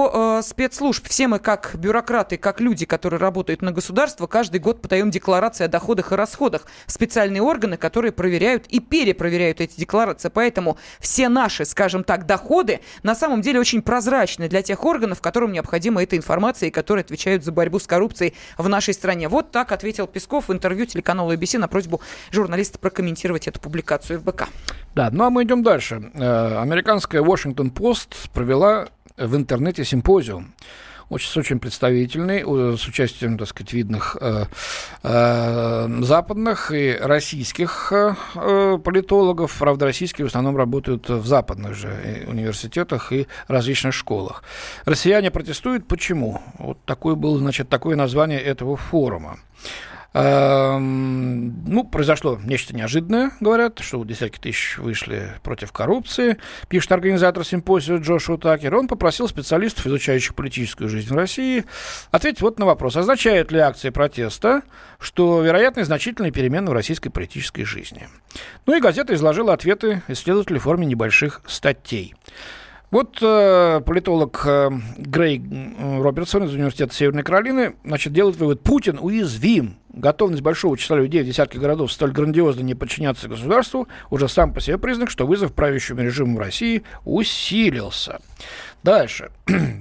у спецслужб. Все мы, как бюрократы, как люди, которые работают на государство, каждый год подаем декларации о доходах и расходах в специальные органы, которые проверяют и перепроверяют эти декларации. Поэтому все наши, скажем так, доходы на самом деле очень прозрачны для тех органов, которым необходима эта информация и которые отвечают за борьбу с коррупцией в нашей стране. Вот так ответил Песков в интервью телеканалу эй би си на просьбу журналиста прокомментировать эту публикацию эф бэ ка. Да, ну а мы идем дальше. Американская Washington Post провела в интернете симпозиум. Очень, очень представительный, с участием, так сказать, видных э, э, западных и российских э, политологов. Правда, российские в основном работают в западных же университетах и различных школах. Россияне протестуют. Почему? Вот такое было, значит, такое название этого форума. Ну, произошло нечто неожиданное, говорят, что десятки тысяч вышли против коррупции. Пишет организатор симпозиума Джошуа Такер. Он попросил специалистов, изучающих политическую жизнь в России, ответить вот на вопрос. Означают ли акции протеста, что вероятны значительные перемены в российской политической жизни? Ну и газета изложила ответы исследователей в форме небольших статей. Вот э, политолог э, Грей Робертсон из Университета Северной Каролины, значит, делает вывод: Путин уязвим. Готовность большого числа людей в десятки городов столь грандиозно не подчиняться государству уже сам по себе признак, что вызов правящему режиму в России усилился. Дальше.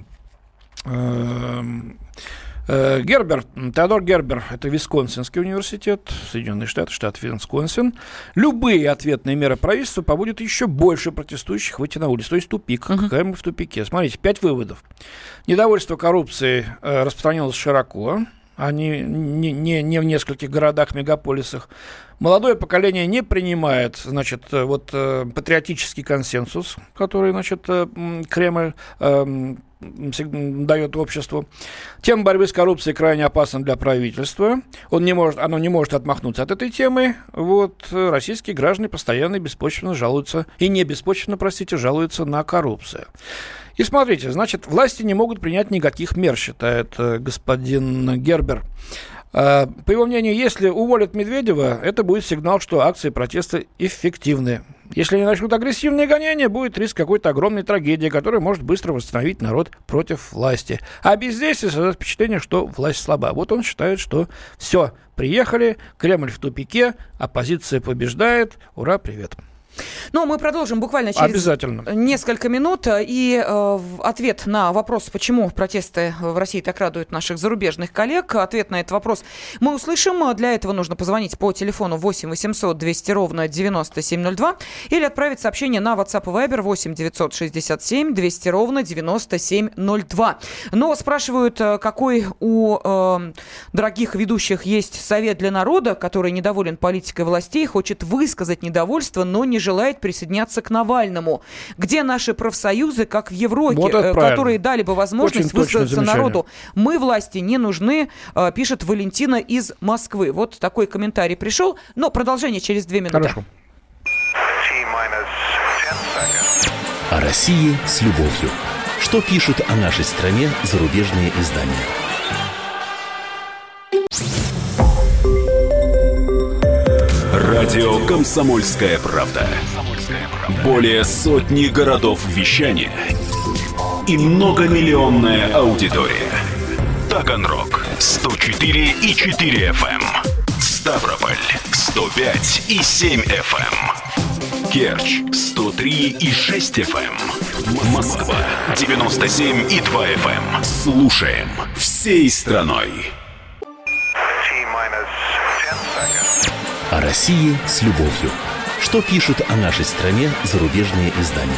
Гербер, Теодор Гербер, это Висконсинский университет, Соединенные Штаты, штат Висконсин. Любые ответные меры правительства побудят еще больше протестующих выйти на улицу. То есть тупик. Uh-huh. Какая мы в тупике. Смотрите, пять выводов. Недовольство коррупцией э, распространилось широко, а не, не, не, не в нескольких городах, мегаполисах. Молодое поколение не принимает, значит, вот э, патриотический консенсус, который, значит, э, Кремль э, дает обществу. Тема борьбы с коррупцией крайне опасна для правительства. Он не может, оно не может отмахнуться от этой темы. Вот российские граждане постоянно и беспочвенно жалуются, и не беспочвенно, простите, жалуются на коррупцию. И смотрите, значит, власти не могут принять никаких мер, считает э, господин Гербер. По его мнению, если уволят Медведева, это будет сигнал, что акции протеста эффективны. Если они начнут агрессивные гонения, будет риск какой-то огромной трагедии, которая может быстро восстановить народ против власти. А бездействие создает впечатление, что власть слаба. Вот он считает, что все, приехали, Кремль в тупике, оппозиция побеждает. Ура, привет. Но мы продолжим буквально через несколько минут. И э, ответ на вопрос, почему протесты в России так радуют наших зарубежных коллег, ответ на этот вопрос мы услышим. Для этого нужно позвонить по телефону восемь восемьсот двести ровно девяносто семь ноль два или отправить сообщение на WhatsApp и Viber восемь девятьсот шестьдесят семь двести ровно девяносто семь ноль два. Но спрашивают, какой у э, дорогих ведущих есть совет для народа, который недоволен политикой властей, хочет высказать недовольство, но не желает присоединяться к Навальному. Где наши профсоюзы, как в Европе, вот которые дали бы возможность высказаться народу? Мы власти не нужны, пишет Валентина из Москвы. Вот такой комментарий пришел, но продолжение через две минуты. Хорошо. О России с любовью. Что пишут о нашей стране зарубежные издания? Радио «Комсомольская правда». Более сотни городов вещания и многомиллионная аудитория. Таганрог сто четыре и четыре эф эм, Ставрополь сто пять и семь эф эм, Керчь сто три и шесть эф эм, Москва девяносто семь и два эф эм. Слушаем всей страной. О России с любовью. Что пишут о нашей стране зарубежные издания?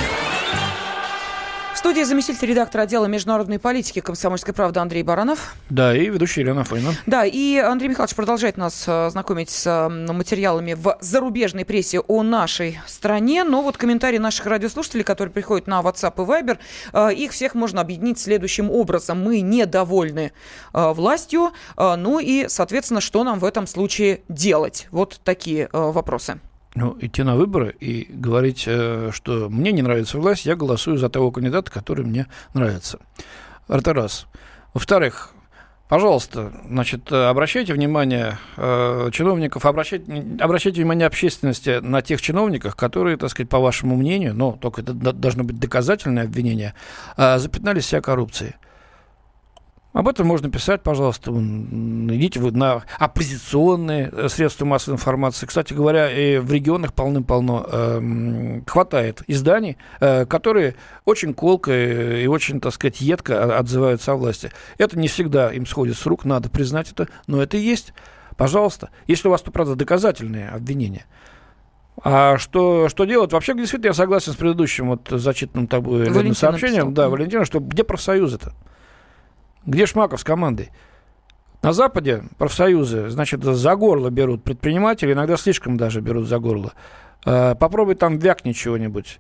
В студии заместитель редактора отдела международной политики «Комсомольской правды» Андрей Баранов. Да, и ведущая Елена Фойна. Да, и Андрей Михайлович продолжает нас знакомить с материалами в зарубежной прессе о нашей стране. Но вот комментарии наших радиослушателей, которые приходят на WhatsApp и Viber, их всех можно объединить следующим образом. Мы недовольны властью, ну и, соответственно, что нам в этом случае делать? Вот такие вопросы. Ну, идти на выборы и говорить, что мне не нравится власть, я голосую за того кандидата, который мне нравится. Это раз. Во-вторых, пожалуйста, значит, обращайте внимание э, чиновников, обращайте, обращайте внимание общественности на тех чиновниках, которые, так сказать, по вашему мнению, но только это должно быть доказательное обвинение, э, запятнали себя коррупцией. Об этом можно писать, пожалуйста. Идите вы на оппозиционные средства массовой информации. Кстати говоря, и в регионах полным-полно э, хватает изданий, э, которые очень колко и очень, так сказать, едко отзываются о власти. Это не всегда им сходит с рук, надо признать это, но это и есть. Пожалуйста. Если у вас, то, правда, доказательные обвинения. А что, что делать? Вообще, действительно, я согласен с предыдущим вот зачитанным тобой сообщением. Да, Валентина, что где профсоюзы-то? Где Шмаков с командой? На Западе профсоюзы, значит, за горло берут предприниматели, иногда слишком даже берут за горло. Попробуй там вякни чего-нибудь.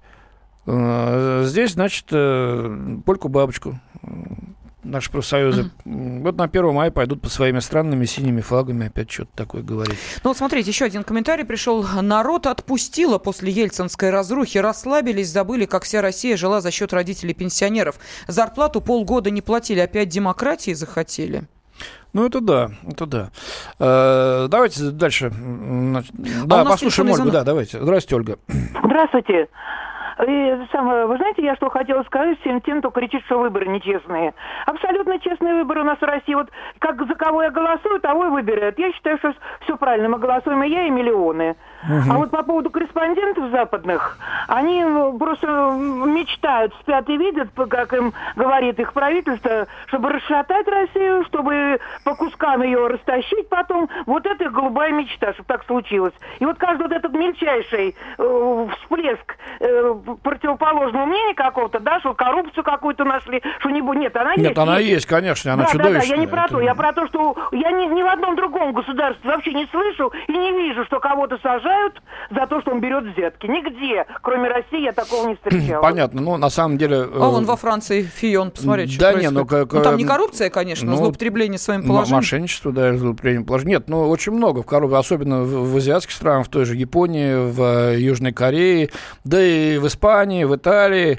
Здесь, значит, польку-бабочку. Наши профсоюзы. Mm-hmm. Вот на первое мая пойдут под своими странными синими флагами опять что-то такое говорить. Ну вот смотрите, еще один комментарий пришел. Народ отпустило после ельцинской разрухи. Расслабились, забыли, как вся Россия жила за счет родителей-пенсионеров. Зарплату полгода не платили, опять демократии захотели. Ну, это да, это да. Э, давайте дальше. Да, а послушаем Ольгу. Да, давайте. Здравствуйте, Ольга. Здравствуйте. И, самое, вы знаете, я что хотела сказать всем тем, кто кричит, что выборы нечестные. Абсолютно честные выборы у нас в России. Вот как за кого я голосую, того и выбирают. Я считаю, что все правильно. Мы голосуем и я, и миллионы. Угу. А вот по поводу корреспондентов западных, они просто мечтают, спят и видят, как им говорит их правительство, чтобы расшатать Россию, чтобы по кускам ее растащить потом. Вот это их голубая мечта, чтобы так случилось. И вот каждый вот этот мельчайший э, всплеск э, противоположного мнения какого-то, да, что коррупцию какую-то нашли, что не будет. Нет, она Нет, есть. она есть, конечно, она да, чудовищная. Да, да, я не про это... то, я про то, что я ни, ни в одном другом государстве вообще не слышу и не вижу, что кого-то сажают за то, что он берет взятки. Нигде, кроме России, я такого не встречала. Понятно, но на самом деле... А вон во Франции Фион, посмотрите, да, что не, ну, как, ну, там не коррупция, конечно, но ну, злоупотребление своим положением. Мошенничество, да, злоупотребление положением. Нет, ну, очень много в коррупции, особенно в, в азиатских странах, в той же Японии, в Южной Корее, да и в Испании, в Италии.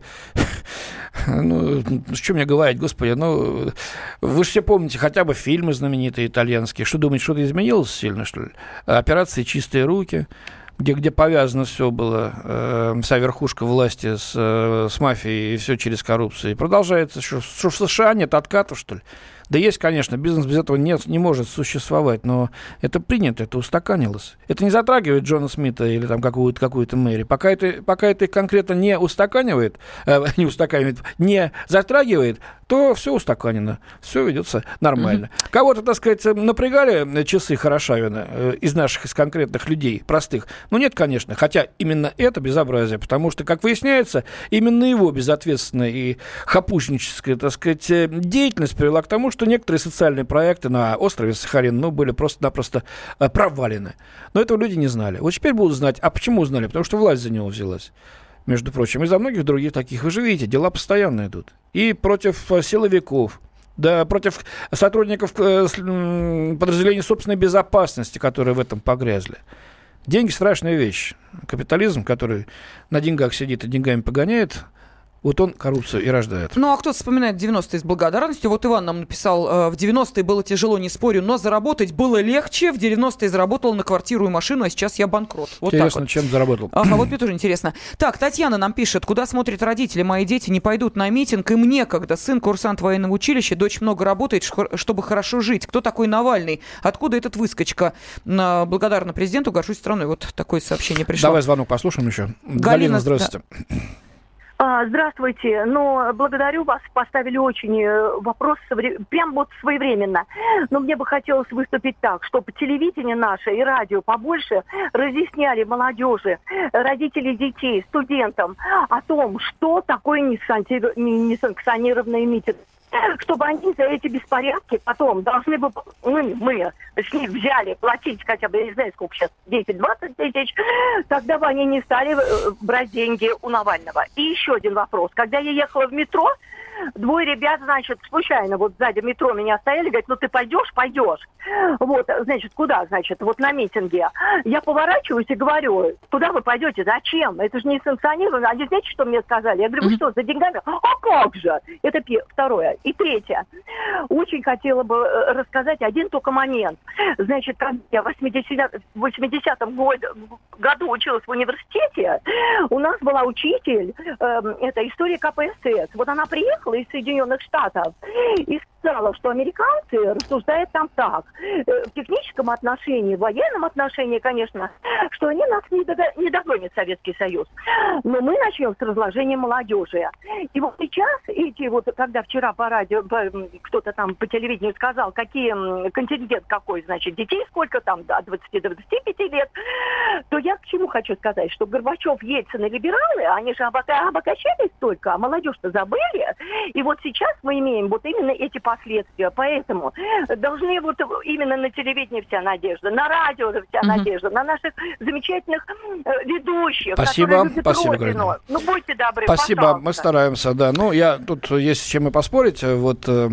Ну, что мне говорить, господи, ну, вы же все помните хотя бы фильмы знаменитые итальянские. Что думаете, что-то изменилось сильно, что ли? Операции «Чистые руки», где, где повязано все было, э, вся верхушка власти с, э, с мафией, и все через коррупцию. И продолжается, что, что в США нет откатов, что ли? Да есть, конечно, бизнес без этого не, не может существовать, но это принято, это устаканилось. Это не затрагивает Джона Смита или там какую-то, какую-то Мэри. Пока это, пока это их конкретно не устаканивает, э, не устаканивает, не затрагивает, то все устаканено, все ведется нормально. Mm-hmm. Кого-то, так сказать, напрягали часы Хорошавина э, из наших, из конкретных людей, простых? Ну, нет, конечно, хотя именно это безобразие, потому что, как выясняется, именно его безответственная и хапушническая, так сказать, деятельность привела к тому, что некоторые социальные проекты на острове Сахалин, ну, были просто-напросто э, провалены. Но этого люди не знали. Вот теперь будут знать. А почему узнали? Потому что власть за него взялась. Между прочим, и за многих других таких. Вы же видите, дела постоянно идут. И против силовиков, да, против сотрудников подразделений собственной безопасности, которые в этом погрязли. Деньги – страшная вещь. Капитализм, который на деньгах сидит и деньгами погоняет, вот он коррупцию и рождает. Ну, а кто-то вспоминает девяностые с благодарностью. Вот Иван нам написал, в девяностые было тяжело, не спорю, но заработать было легче. В девяностые заработал на квартиру и машину, а сейчас я банкрот. Вот интересно, так вот. Чем заработал. Ага, вот мне тоже интересно. Так, Татьяна нам пишет, куда смотрят родители? Мои дети не пойдут на митинг, им некогда. Сын курсант военного училища, дочь много работает, чтобы хорошо жить. Кто такой Навальный? Откуда этот выскочка? Благодарна президенту, горжусь страной. Вот такое сообщение пришло. Давай звонок послушаем еще. Галина, Галина, здравствуйте. Да. Здравствуйте. Ну, благодарю вас. Поставили очень вопрос прям вот своевременно. Но мне бы хотелось выступить так, чтобы телевидение наше и радио побольше разъясняли молодежи, родителей детей, студентам о том, что такое несанкционированный митинг. Чтобы они за эти беспорядки потом должны бы, мы, мы с них взяли платить хотя бы, я не знаю, сколько сейчас, десять-двадцать тысяч, тогда бы они не стали брать деньги у Навального. И еще один вопрос. Когда я ехала в метро, двое ребят, значит, случайно вот сзади метро меня стояли, говорят, ну ты пойдешь, пойдешь. Вот, значит, куда, значит, вот на митинге. Я поворачиваюсь и говорю, куда вы пойдете, зачем? Это же не санкционировано. Они знаете, что мне сказали? Я говорю, вы что, за деньгами? А как же? Это пи- второе. И третье. Очень хотела бы рассказать один только момент. Значит, когда я в восьмидесятом году училась в университете, у нас была учитель, э, это история ка пэ эс эс. Вот она приехала из Соединенных Штатов и сказала, что американцы рассуждают там так. В техническом отношении, в военном отношении, конечно, что они нас не, дого- не догонят, Советский Союз. Но мы начнем с разложения молодежи. И вот сейчас эти вот, когда вчера по радио кто-то там по телевидению сказал, какие контингент какой, значит, детей сколько там, от двадцати до двадцати пяти лет, то я к чему хочу сказать, что Горбачев, Ельцин и либералы, они же обока- обогащались только, а молодежь-то забыли. И вот сейчас мы имеем вот именно эти последствия. Поэтому должны вот именно на телевидении вся надежда, на радио вся uh-huh. надежда, на наших замечательных э, ведущих, спасибо, которые любят спасибо, родину. Галина. Ну, будьте добры, спасибо, пожалуйста. Мы стараемся, да. Ну, я тут есть с чем и поспорить вот э,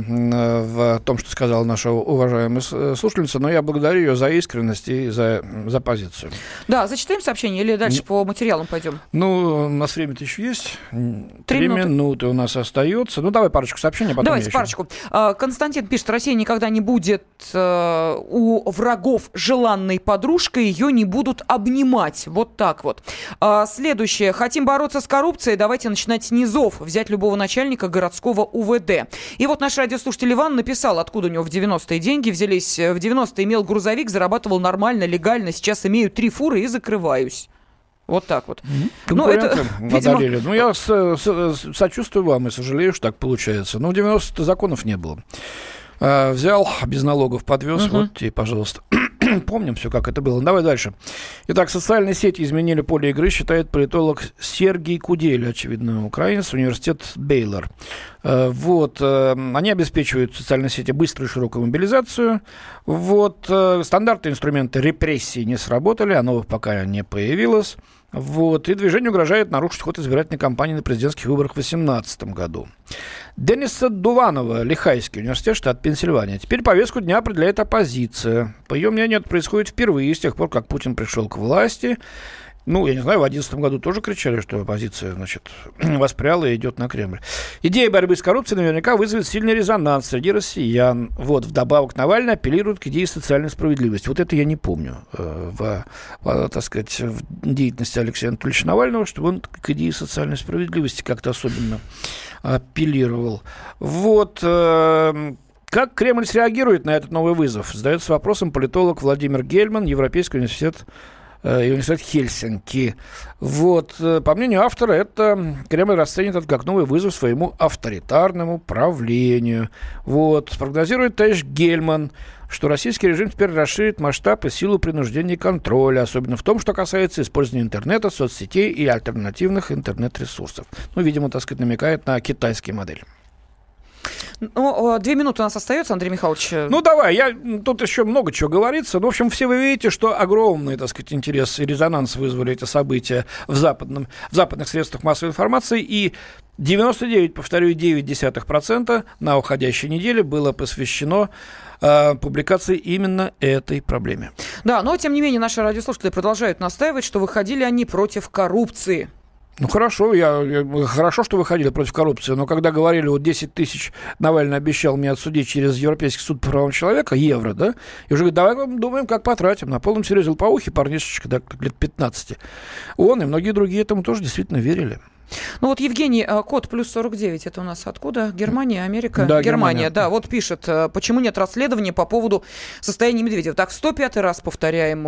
в том, что сказала наша уважаемая слушательница, но я благодарю ее за искренность и за, за позицию. Да, зачитаем сообщение или дальше по материалам пойдем? Ну, у нас время-то еще есть. Три, Три минуты. минуты у нас остается. Ну, давай парочку сообщений, а потом Давайте я парочку. Еще. Константин пишет, Россия никогда не будет э, у врагов желанной подружкой, ее не будут обнимать. Вот так вот. А, следующее. Хотим бороться с коррупцией, давайте начинать с низов. Взять любого начальника городского у вэ дэ. И вот наш радиослушатель Иван написал, откуда у него в девяностые деньги взялись. В девяностые имел грузовик, зарабатывал нормально, легально. Сейчас имею три фуры и закрываюсь. Вот так вот. Ну, это, видимо... Ну, я с, с, сочувствую вам и сожалею, что так получается. Но в девяностых законов не было. А, взял, без налогов подвез, uh-huh. вот тебе, пожалуйста. Помним все, как это было. Давай дальше. Итак, социальные сети изменили поле игры, считает политолог Сергей Кудель, очевидно, украинец, университет Бейлор. Вот, они обеспечивают социальные сети быструю и широкую мобилизацию. Вот, стандартные инструменты репрессий не сработали, а новых пока не появилось. Вот, и движение угрожает нарушить ход избирательной кампании на президентских выборах в две тысячи восемнадцатом году. Дениса Дуванова, Лихайский университет, штат Пенсильвания. Теперь повестку дня определяет оппозиция. По ее мнению, это происходит впервые с тех пор, как Путин пришел к власти. Ну, я не знаю, в две тысячи одиннадцатом году тоже кричали, что оппозиция, значит, воспряла и идет на Кремль. Идея борьбы с коррупцией наверняка вызовет сильный резонанс среди россиян. Вот, вдобавок Навальный апеллирует к идее социальной справедливости. Вот это я не помню э, в, в, так сказать, в деятельности Алексея Анатольевича Навального, чтобы он к идее социальной справедливости как-то особенно апеллировал. Вот... Э, Как Кремль среагирует на этот новый вызов? Задается вопросом политолог Владимир Гельман, Европейский университет, э, университет Хельсинки. Вот, э, по мнению автора, это Кремль расценит это как новый вызов своему авторитарному правлению. Вот, спрогнозирует товарищ Гельман, что российский режим теперь расширит масштаб и силу принуждения и контроля, особенно в том, что касается использования интернета, соцсетей и альтернативных интернет-ресурсов. Ну, видимо, так сказать, намекает на китайские модели. Ну, две минуты у нас остается, Андрей Михайлович. Ну, давай, я, тут еще много чего говорится. Ну, в общем, все вы видите, что огромный, так сказать, интерес и резонанс вызвали эти события в, западном, в западных средствах массовой информации. И девяносто девять, повторю, девять десятых процента на уходящей неделе было посвящено э, публикации именно этой проблеме. Да, но, тем не менее, наши радиослушатели продолжают настаивать, что выходили они против коррупции. Ну, хорошо, я, я, хорошо, что выходили против коррупции, но когда говорили, вот десять тысяч Навальный обещал мне отсудить через Европейский суд по правам человека, евро, да, и уже говорит, давай думаем, как потратим. На полном серьезе лопоухий парнишечка, да, лет пятнадцати. Он и многие другие этому тоже действительно верили. Ну вот Евгений, код плюс сорок девять, это у нас откуда? Германия, Америка? Да, Германия, Германия. Да, вот пишет, почему нет расследования по поводу состояния Медведева. Так, в сто пятый раз повторяем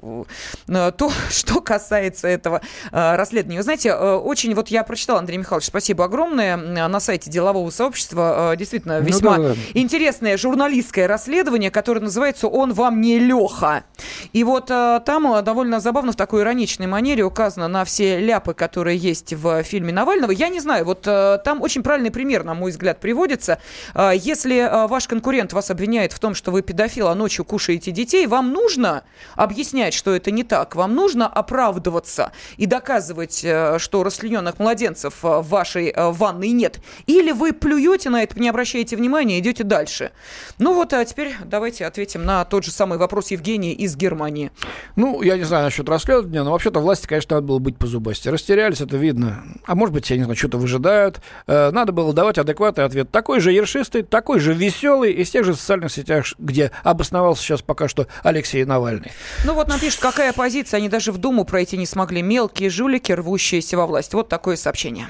то, что касается этого расследования. Вы знаете, очень, вот я прочитала, Андрей Михайлович, спасибо огромное, на сайте делового сообщества действительно весьма ну, да, да. интересное журналистское расследование, которое называется «Он вам не Леха». И вот там довольно забавно в такой ироничной манере указано на все ляпы, которые есть в фильме фильме Навального. Я не знаю, вот э, там очень правильный пример, на мой взгляд, приводится. Э, если э, ваш конкурент вас обвиняет в том, что вы педофил, а ночью кушаете детей, вам нужно объяснять, что это не так. Вам нужно оправдываться и доказывать, э, что расчлененных младенцев э, в вашей э, ванной нет. Или вы плюете на это, не обращаете внимания, идете дальше. Ну вот, а теперь давайте ответим на тот же самый вопрос Евгения из Германии. Ну, я не знаю насчет расследования, но вообще-то власти, конечно, надо было быть позубасти. Растерялись, это видно. А может быть, я не знаю, что-то выжидают. Надо было давать адекватный ответ. Такой же ершистый, такой же веселый, из тех же социальных сетях, где обосновался сейчас пока что Алексей Навальный. Ну вот нам пишут, какая оппозиция, они даже в Думу пройти не смогли. Мелкие жулики, рвущиеся во власть. Вот такое сообщение.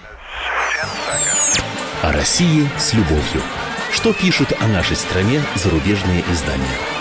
О России с любовью. Что пишут о нашей стране зарубежные издания?